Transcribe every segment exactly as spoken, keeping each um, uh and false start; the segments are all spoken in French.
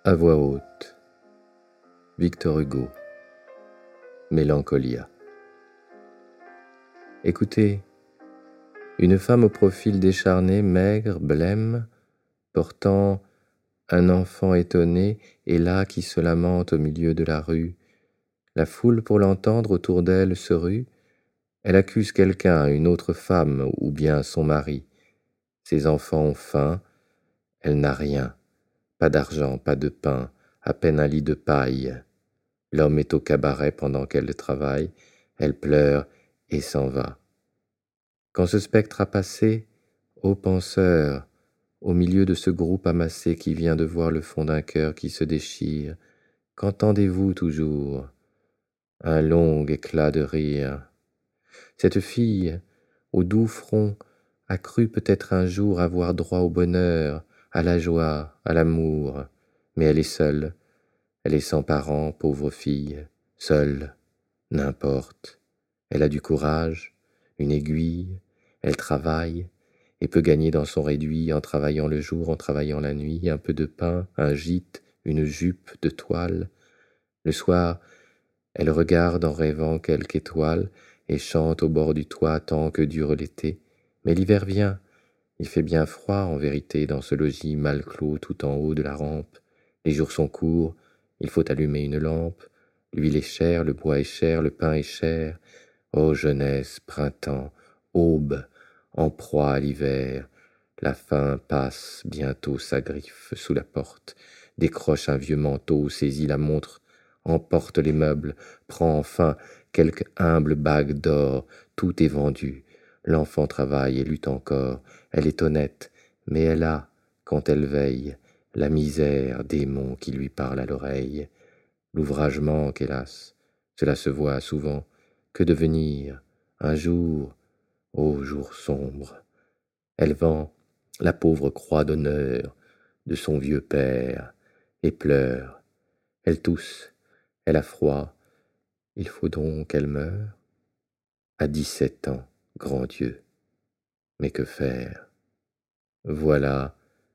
À voix haute, Victor Hugo, Mélancolia. Écoutez, une femme au profil décharné, maigre, blême, portant un enfant étonné, est là qui se lamente au milieu de la rue. La foule, pour l'entendre, autour d'elle se rue. Elle accuse quelqu'un, une autre femme, ou bien son mari. Ses enfants ont faim, elle n'a rien. Pas d'argent, pas de pain, à peine un lit de paille. L'homme est au cabaret pendant qu'elle travaille, elle pleure et s'en va. Quand ce spectre a passé, ô penseur, au milieu de ce groupe amassé qui vient de voir le fond d'un cœur qui se déchire, qu'entendez-vous toujours? Un long éclat de rire. Cette fille, au doux front, a cru peut-être un jour avoir droit au bonheur, à la joie, à l'amour, mais elle est seule, elle est sans parents, pauvre fille, seule, n'importe. Elle a du courage, une aiguille, elle travaille, et peut gagner dans son réduit en travaillant le jour, en travaillant la nuit, un peu de pain, un gîte, une jupe de toile. Le soir, elle regarde en rêvant quelque étoile et chante au bord du toit tant que dure l'été. Mais l'hiver vient, il fait bien froid en vérité dans ce logis mal clos tout en haut de la rampe. Les jours sont courts, il faut allumer une lampe. L'huile est chère, le bois est cher, le pain est cher. Ô jeunesse, printemps, aube, en proie à l'hiver, la faim passe, bientôt s'agriffe sous la porte, décroche un vieux manteau, saisit la montre, emporte les meubles, prend enfin quelque humble bague d'or, tout est vendu. L'enfant travaille et lutte encore, elle est honnête, mais elle a, quand elle veille, la misère, démon qui lui parle à l'oreille. L'ouvrage manque, hélas, cela se voit souvent. Que devenir un jour, ô jour sombre? Elle vend la pauvre croix d'honneur de son vieux père et pleure. Elle tousse, elle a froid, il faut donc qu'elle meure? À dix-sept ans, grand Dieu, mais que faire? Voilà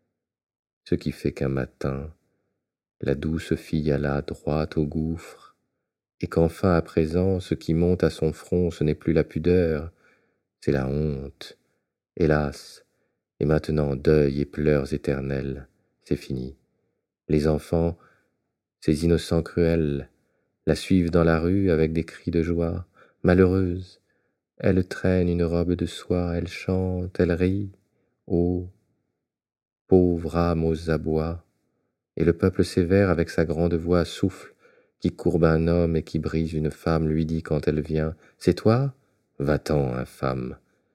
ce qui fait qu'un matin, la douce fille alla droite au gouffre, et qu'enfin à présent, ce qui monte à son front, ce n'est plus la pudeur, c'est la honte. Hélas, et maintenant deuil et pleurs éternels, c'est fini. Les enfants, ces innocents cruels, la suivent dans la rue avec des cris de joie. Malheureuse, elle traîne une robe de soie, elle chante, elle rit. Ô pauvre âme aux abois, et le peuple sévère avec sa grande voix souffle, qui courbe un homme et qui brise une femme, lui dit quand elle vient, c'est toi? Va-t'en, infâme.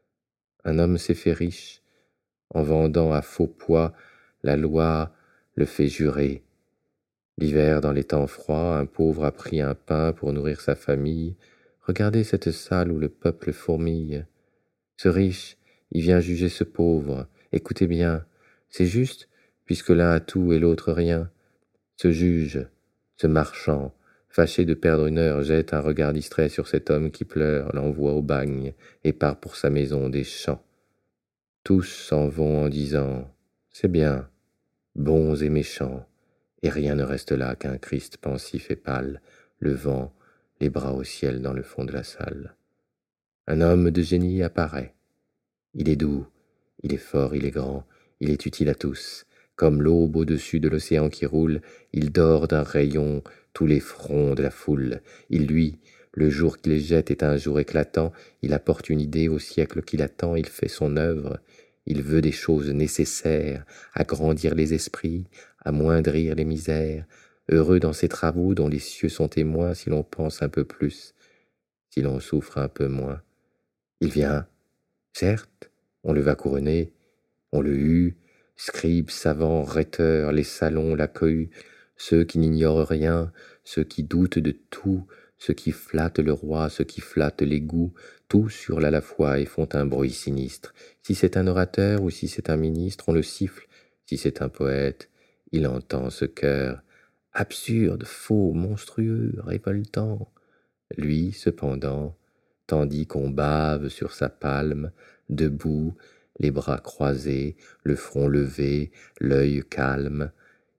Un homme s'est fait riche, en vendant à faux poids, la loi le fait jurer. L'hiver, dans les temps froids, un pauvre a pris un pain pour nourrir sa famille. Regardez cette salle où le peuple fourmille. Ce riche, il vient juger ce pauvre. Écoutez bien, c'est juste, puisque l'un a tout et l'autre rien. Ce juge, ce marchand, fâché de perdre une heure, jette un regard distrait sur cet homme qui pleure, l'envoie au bagne et part pour sa maison des champs. Tous s'en vont en disant « C'est bien, bons et méchants », et rien ne reste là qu'un Christ pensif et pâle, le vent, les bras au ciel dans le fond de la salle. Un homme de génie apparaît. Il est doux, il est fort, il est grand, il est utile à tous. Comme l'aube au-dessus de l'océan qui roule, il dort d'un rayon tous les fronts de la foule. Il luit, le jour qui les jette est un jour éclatant, il apporte une idée au siècle qui l'attend, il fait son œuvre. Il veut des choses nécessaires, agrandir les esprits, amoindrir les misères, heureux dans ses travaux dont les cieux sont témoins si l'on pense un peu plus, si l'on souffre un peu moins. Il vient, certes, on le va couronner, on le hue, scribes, savants, rhéteurs, les salons, la cohue, ceux qui n'ignorent rien, ceux qui doutent de tout, ceux qui flattent le roi, ceux qui flattent les goûts, tous hurlent à la fois et font un bruit sinistre. Si c'est un orateur ou si c'est un ministre, on le siffle. Si c'est un poète, il entend ce cœur absurde, faux, monstrueux, révoltant. Lui, cependant, tandis qu'on bave sur sa palme, debout, les bras croisés, le front levé, l'œil calme,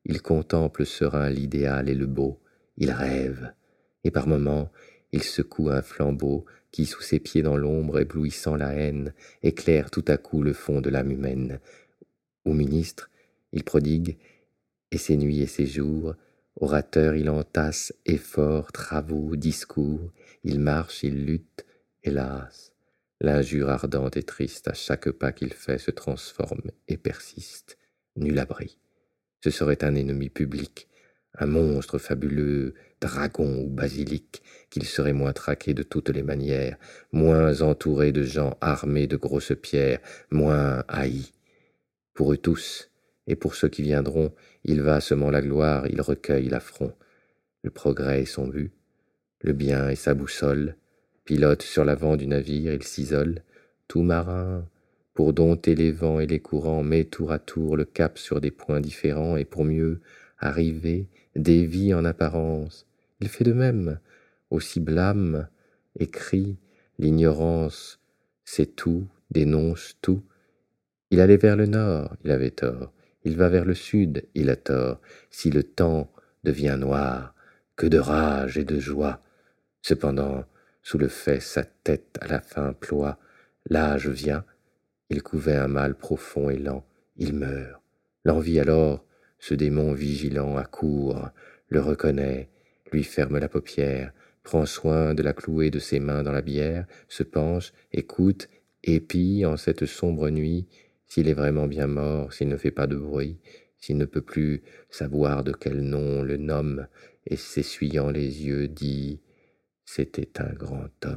il contemple serein l'idéal et le beau, il rêve, et par moments il secoue un flambeau qui, sous ses pieds dans l'ombre, éblouissant la haine, éclaire tout à coup le fond de l'âme humaine. Au ministre, il prodigue, et ses nuits et ses jours, orateur il entasse efforts, travaux, discours, il marche, il lutte, hélas, l'injure ardente et triste à chaque pas qu'il fait se transforme et persiste, nul abri. Ce serait un ennemi public, un monstre fabuleux, dragon ou basilic, qu'il serait moins traqué de toutes les manières, moins entouré de gens armés de grosses pierres, moins haï. Pour eux tous, et pour ceux qui viendront, il va semant la gloire, il recueille l'affront. Le progrès est son but, le bien est sa boussole, pilote sur l'avant du navire, il s'isole, tout marin, pour dompter les vents et les courants, met tour à tour le cap sur des points différents, et pour mieux arriver, dévie en apparence. Il fait de même, aussi blâme, écrit, l'ignorance, c'est tout, dénonce tout. Il allait vers le nord, il avait tort, il va vers le sud, il a tort. Si le temps devient noir, que de rage et de joie. Cependant, sous le fait, sa tête à la fin ploie, l'âge vient, il couvait un mal profond et lent, il meurt. L'envie alors, ce démon vigilant accourt, le reconnaît, lui ferme la paupière, prend soin de la clouer de ses mains dans la bière, se penche, écoute, épie en cette sombre nuit, s'il est vraiment bien mort, s'il ne fait pas de bruit, s'il ne peut plus savoir de quel nom on le nomme, et s'essuyant les yeux dit « C'était un grand homme ».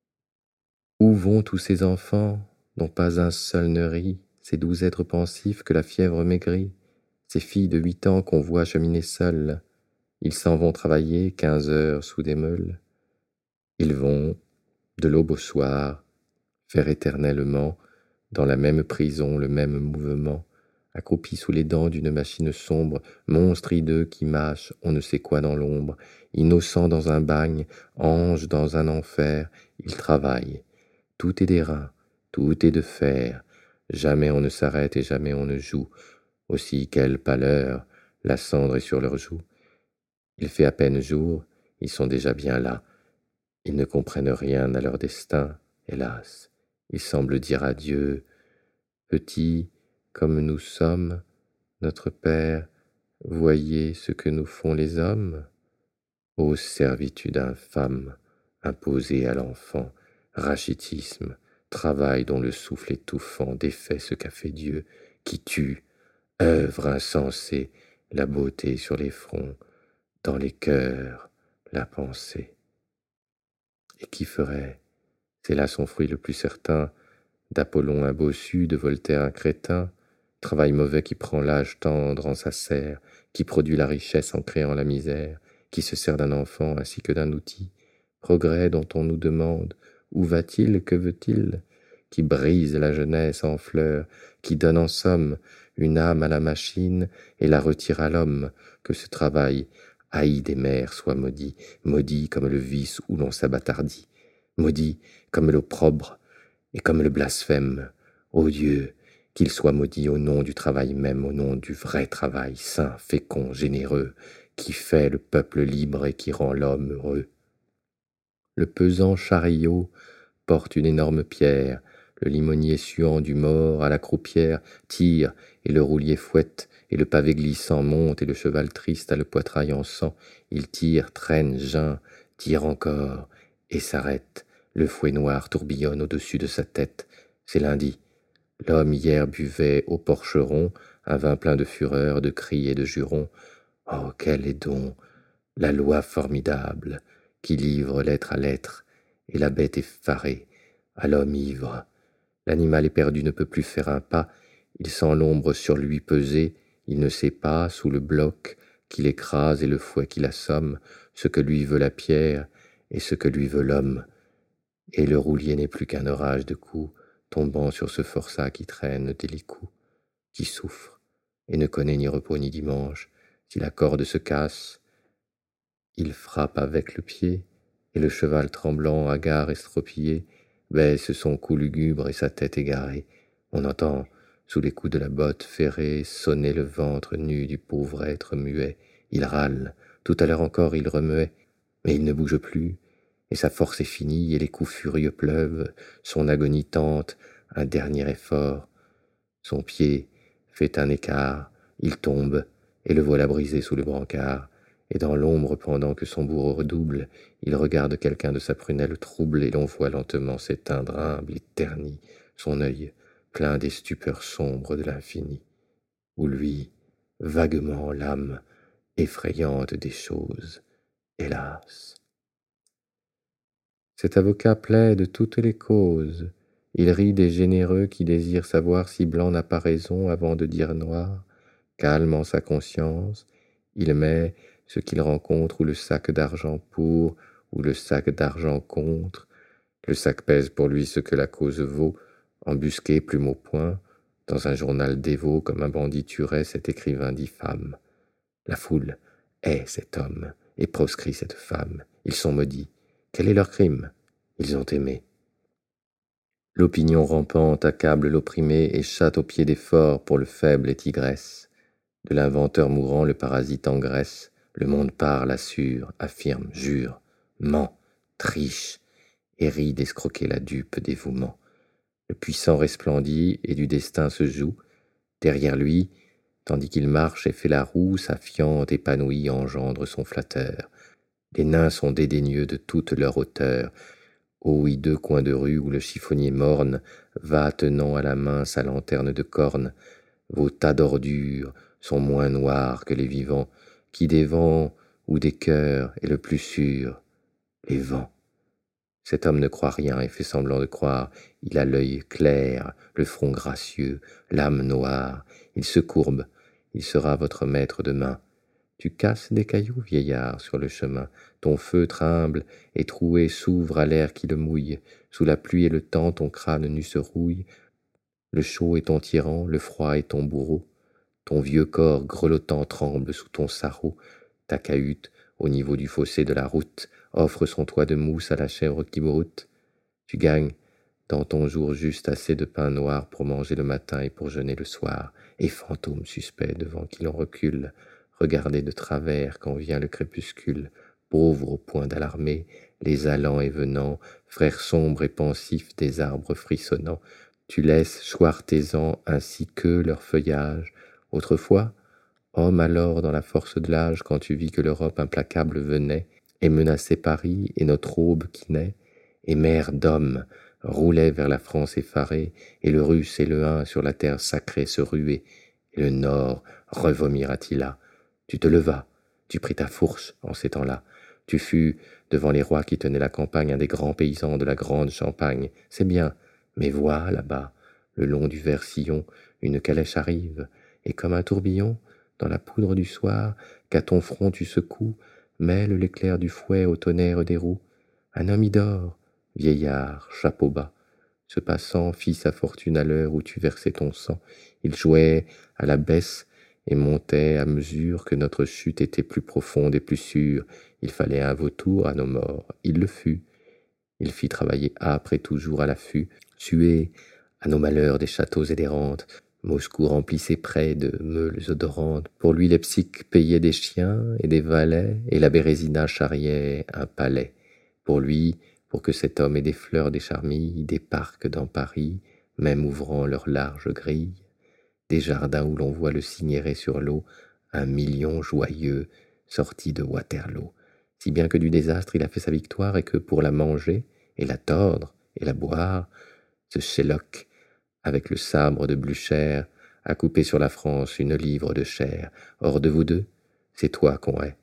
Où vont tous ces enfants, dont pas un seul ne rit, ces doux êtres pensifs que la fièvre maigrit, ces filles de huit ans qu'on voit cheminer seules? Ils s'en vont travailler quinze heures sous des meules. Ils vont, de l'aube au soir, faire éternellement, dans la même prison, le même mouvement, accroupis sous les dents d'une machine sombre, monstre hideux qui mâche on ne sait quoi dans l'ombre, innocent dans un bagne, ange dans un enfer, ils travaillent. Tout est d'airain, tout est de fer, jamais on ne s'arrête et jamais on ne joue. Aussi quelle pâleur, la cendre est sur leurs joues. Il fait à peine jour, ils sont déjà bien là. Ils ne comprennent rien à leur destin, hélas. Ils semblent dire à Dieu, petits comme nous sommes, notre Père, voyez ce que nous font les hommes. Ô servitude infâme, imposée à l'enfant, rachitisme, travail dont le souffle étouffant défait ce qu'a fait Dieu, qui tue, œuvre insensée, la beauté sur les fronts, dans les cœurs, la pensée. Et qui ferait, c'est là son fruit le plus certain, d'Apollon un bossu, de Voltaire un crétin, travail mauvais qui prend l'âge tendre en sa serre, qui produit la richesse en créant la misère, qui se sert d'un enfant ainsi que d'un outil, progrès dont on nous demande où va-t-il, que veut-il, qui brise la jeunesse en fleurs, qui donne en somme une âme à la machine et la retire à l'homme, que ce travail, haï des mères, soit maudit, maudit comme le vice où l'on s'abattardit, maudit comme l'opprobre et comme le blasphème. Ô Dieu, qu'il soit maudit au nom du travail même, au nom du vrai travail, saint, fécond, généreux, qui fait le peuple libre et qui rend l'homme heureux. Le pesant chariot porte une énorme pierre, le limonier suant du mort à la croupière tire, et le roulier fouette, et le pavé glissant monte, et le cheval triste a le poitrail en sang. Il tire, traîne, geint, tire encore, et s'arrête. Le fouet noir tourbillonne au-dessus de sa tête. C'est lundi. L'homme hier buvait au porcheron un vin plein de fureur, de cris et de jurons. Oh, quel est donc la loi formidable qui livre l'être à l'être, et la bête effarée à l'homme ivre. L'animal éperdu ne peut plus faire un pas, il sent l'ombre sur lui peser, il ne sait pas, sous le bloc qui l'écrase et le fouet qui l'assomme, ce que lui veut la pierre et ce que lui veut l'homme. Et le roulier n'est plus qu'un orage de coups, tombant sur ce forçat qui traîne dès les coups, qui souffre et ne connaît ni repos ni dimanche. Si la corde se casse, il frappe avec le pied, et le cheval tremblant, hagard, estropié, baisse son cou lugubre et sa tête égarée. On entend Sous les coups de la botte ferrée, sonnait le ventre nu du pauvre être muet. Il râle, tout à l'heure encore il remuait, mais il ne bouge plus, et sa force est finie, et les coups furieux pleuvent, son agonie tente un dernier effort. Son pied fait un écart, il tombe, et le voilà brisé sous le brancard, et dans l'ombre pendant que son bourreau redouble, il regarde quelqu'un de sa prunelle trouble, et l'on voit lentement s'éteindre humble et terni son œil, plein des stupeurs sombres de l'infini, où lui, vaguement l'âme effrayante des choses, hélas. Cet avocat plaide toutes les causes, il rit des généreux qui désirent savoir si blanc n'a pas raison avant de dire noir. Calme en sa conscience, il met ce qu'il rencontre ou le sac d'argent pour, ou le sac d'argent contre. Le sac pèse pour lui ce que la cause vaut, embusqué plume au poing, dans un journal dévot comme un bandit tuerait cet écrivain diffâme. La foule hait cet homme et proscrit cette femme. Ils sont maudits. Quel est leur crime? Ils ont aimé. L'opinion rampante accable l'opprimé et chatte aux pieds des forts pour le faible et tigresse. De l'inventeur mourant le parasite engraisse. Le monde parle, assure, affirme, jure, ment, triche, et rit d'escroquer la dupe dévouement. Le puissant resplendit et du destin se joue. Derrière lui, tandis qu'il marche et fait la roue, sa fiente épanouie engendre son flatteur. Les nains sont dédaigneux de toute leur hauteur. Ô hideux coin de rue où le chiffonnier morne va tenant à la main sa lanterne de corne, vos tas d'ordures sont moins noirs que les vivants. Qui des vents ou des cœurs est le plus sûr? Les vents. Cet homme ne croit rien et fait semblant de croire. Il a l'œil clair, le front gracieux, l'âme noire. Il se courbe, il sera votre maître demain. Tu casses des cailloux, vieillard, sur le chemin. Ton feutre humble et troué s'ouvre à l'air qui le mouille. Sous la pluie et le temps, ton crâne nu se rouille. Le chaud est ton tyran, le froid est ton bourreau. Ton vieux corps grelottant tremble sous ton sarrau. Ta cahute, au niveau du fossé de la route, offre son toit de mousse à la chèvre qui broute. Tu gagnes dans ton jour juste assez de pain noir pour manger le matin et pour jeûner le soir. Et fantôme suspect devant qui l'on recule, regardez de travers quand vient le crépuscule, pauvre au point d'alarmer, les allants et venants, frères sombres et pensifs des arbres frissonnants, tu laisses choir tes ans ainsi que leur feuillage. Autrefois, homme alors dans la force de l'âge, quand tu vis que l'Europe implacable venait, et menaçait Paris et notre aube qui naît, et mer d'hommes roulait vers la France effarée, et le russe et le Hun sur la terre sacrée se ruaient, et le nord revomir Attila. Tu te levas, tu pris ta fourche en ces temps-là. Tu fus, devant les rois qui tenaient la campagne, un des grands paysans de la grande Champagne. C'est bien, mais vois là-bas, le long du vert sillon, une calèche arrive, et comme un tourbillon, dans la poudre du soir, qu'à ton front tu secoues, mêle l'éclair du fouet au tonnerre des roues. Un homme y dort, vieillard, chapeau bas. Ce passant fit sa fortune à l'heure où tu versais ton sang. Il jouait à la baisse et montait à mesure que notre chute était plus profonde et plus sûre. Il fallait un vautour à nos morts, il le fut. Il fit travailler âpre et toujours à l'affût, suer à nos malheurs des châteaux et des rentes. Moscou remplissait près de meules odorantes. Pour lui Leipzig payait des chiens et des valets, et la Bérésina charriait un palais. Pour lui, pour que cet homme ait des fleurs, des charmilles, des parcs dans Paris, même ouvrant leurs larges grilles, des jardins où l'on voit le cygnéret sur l'eau, un million joyeux sorti de Waterloo. Si bien que du désastre il a fait sa victoire, et que pour la manger, et la tordre, et la boire, ce Shylock, avec le sabre de Blücher, a coupé sur la France une livre de chair. Hors de vous deux, c'est toi qu'on hait,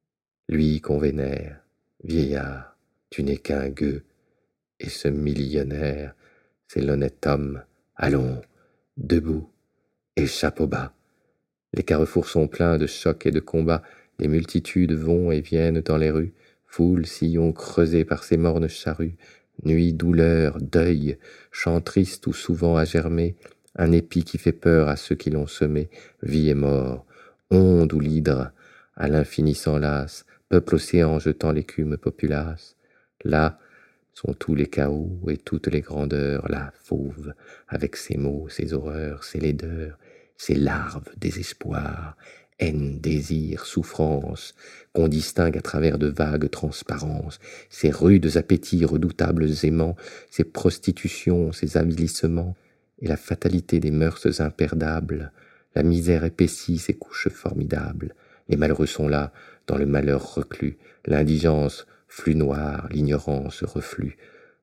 lui qu'on vénère. Vieillard, tu n'es qu'un gueux, et ce millionnaire, c'est l'honnête homme. Allons, debout, et chapeau bas. Les carrefours sont pleins de chocs et de combats, les multitudes vont et viennent dans les rues, foule, sillon creusé par ces mornes charrues, nuit, douleur, deuil, chant triste ou souvent à germer, un épi qui fait peur à ceux qui l'ont semé, vie et mort, onde ou l'hydre, à l'infini s'enlace, peuple océan jetant l'écume populace. Là, sont tous les chaos et toutes les grandeurs, la fauve, avec ses maux, ses horreurs, ses laideurs, ses larves, désespoir, haine, désir, souffrance, qu'on distingue à travers de vagues transparences, ses rudes appétits, redoutables aimants, ses prostitutions, ses avilissements, et la fatalité des mœurs imperdables, la misère épaissit ses couches formidables, les malheureux sont là, dans le malheur reclus, l'indigence, flux noir, l'ignorance, reflux,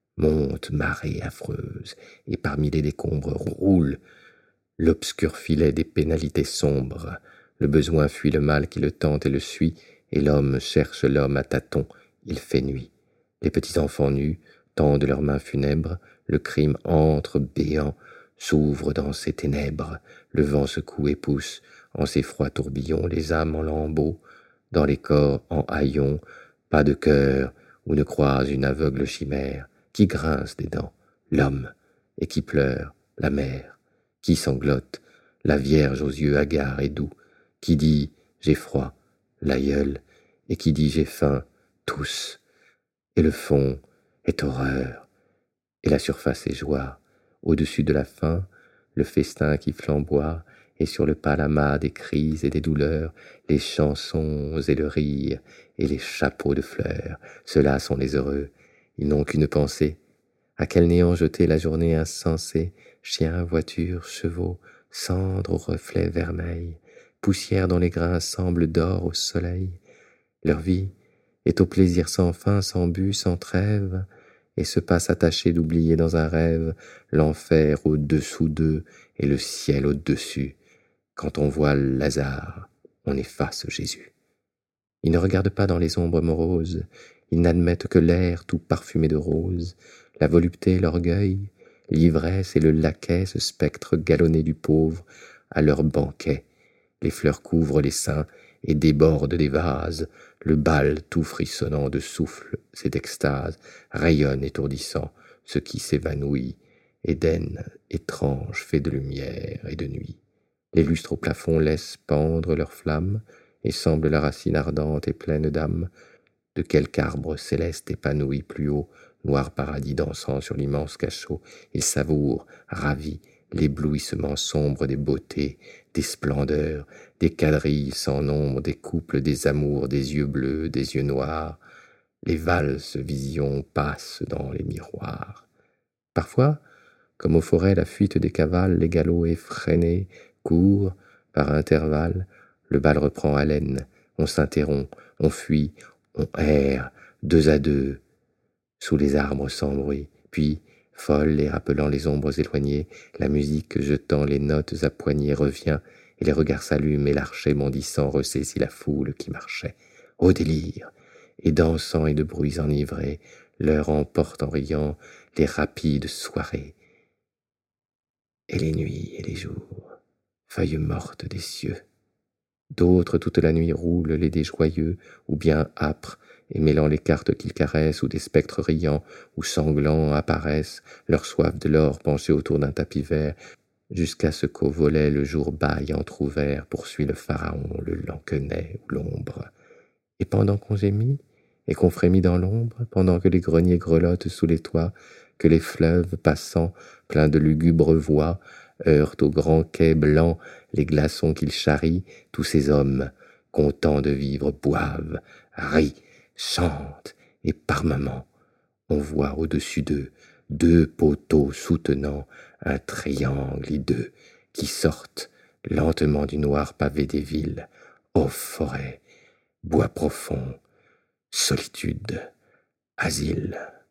monte marée affreuse, et parmi les décombres roule l'obscur filet des pénalités sombres. Le besoin fuit le mal qui le tente et le suit, et l'homme cherche l'homme à tâtons, il fait nuit. Les petits enfants nus tendent leurs mains funèbres, le crime entre béant, s'ouvre dans ses ténèbres, le vent secoue et pousse, en ses froids tourbillons, les âmes en lambeaux, dans les corps en haillons, pas de cœur où ne croise une aveugle chimère, qui grince des dents, l'homme, et qui pleure, la mère, qui sanglote, la vierge aux yeux hagards et doux, qui dit « j'ai froid », l'aïeul, et qui dit « j'ai faim », tous, et le fond est horreur, et la surface est joie, au-dessus de la faim, le festin qui flamboie, et sur le palamas des cris et des douleurs, les chansons et le rire, et les chapeaux de fleurs, ceux-là sont les heureux, ils n'ont qu'une pensée, à quel néant jeter la journée insensée, chiens, voitures, chevaux, cendres aux reflets vermeils, poussière dont les grains semblent d'or au soleil. Leur vie est au plaisir sans fin, sans but, sans trêve, et se passe attachée d'oublier dans un rêve l'enfer au-dessous d'eux et le ciel au-dessus. Quand on voit Lazare, on efface Jésus. Ils ne regardent pas dans les ombres moroses, ils n'admettent que l'air tout parfumé de roses, la volupté, l'orgueil, l'ivresse et le laquais, ce spectre galonné du pauvre, à leur banquet. Les fleurs couvrent les seins et débordent des vases, le bal tout frissonnant de souffles et d'extase rayonne étourdissant ce qui s'évanouit, Éden étrange fait de lumière et de nuit. Les lustres au plafond laissent pendre leurs flammes et semblent la racine ardente et pleine d'âme de quelque arbre céleste épanoui plus haut, noir paradis dansant sur l'immense cachot. Ils savourent, ravis, l'éblouissement sombre des beautés, des splendeurs, des quadrilles sans nombre, des couples, des amours, des yeux bleus, des yeux noirs. Les valses visions passent dans les miroirs. Parfois, comme aux forêts, la fuite des cavales, les galops effrénés courent par intervalles. Le bal reprend haleine, on s'interrompt, on fuit, on erre, deux à deux, sous les arbres sans bruit. Puis, folle et rappelant les ombres éloignées, la musique jetant les notes à poignée revient, et les regards s'allument, et l'archet bondissant ressaisit la foule qui marchait. Au délire, et dansant et de bruits enivrés, l'heure emporte en riant les rapides soirées, et les nuits et les jours, feuilles mortes des cieux. D'autres toute la nuit roulent les dés joyeux, ou bien âpres, et mêlant les cartes qu'ils caressent, ou des spectres riants ou sanglants apparaissent, leur soif de l'or penchée autour d'un tapis vert, jusqu'à ce qu'au volet le jour bâille entr'ouvert poursuit le pharaon, le lansquenet ou l'ombre. Et pendant qu'on gémit, et qu'on frémit dans l'ombre, pendant que les greniers grelottent sous les toits, que les fleuves passant, pleins de lugubres voix, heurtent aux grands quais blancs les glaçons qu'ils charrient, tous ces hommes, contents de vivre, boivent, rient, chantent, et par moments, on voit au-dessus d'eux deux poteaux soutenant un triangle hideux qui sortent lentement du noir pavé des villes. Ô forêt, bois profond, solitude, asile.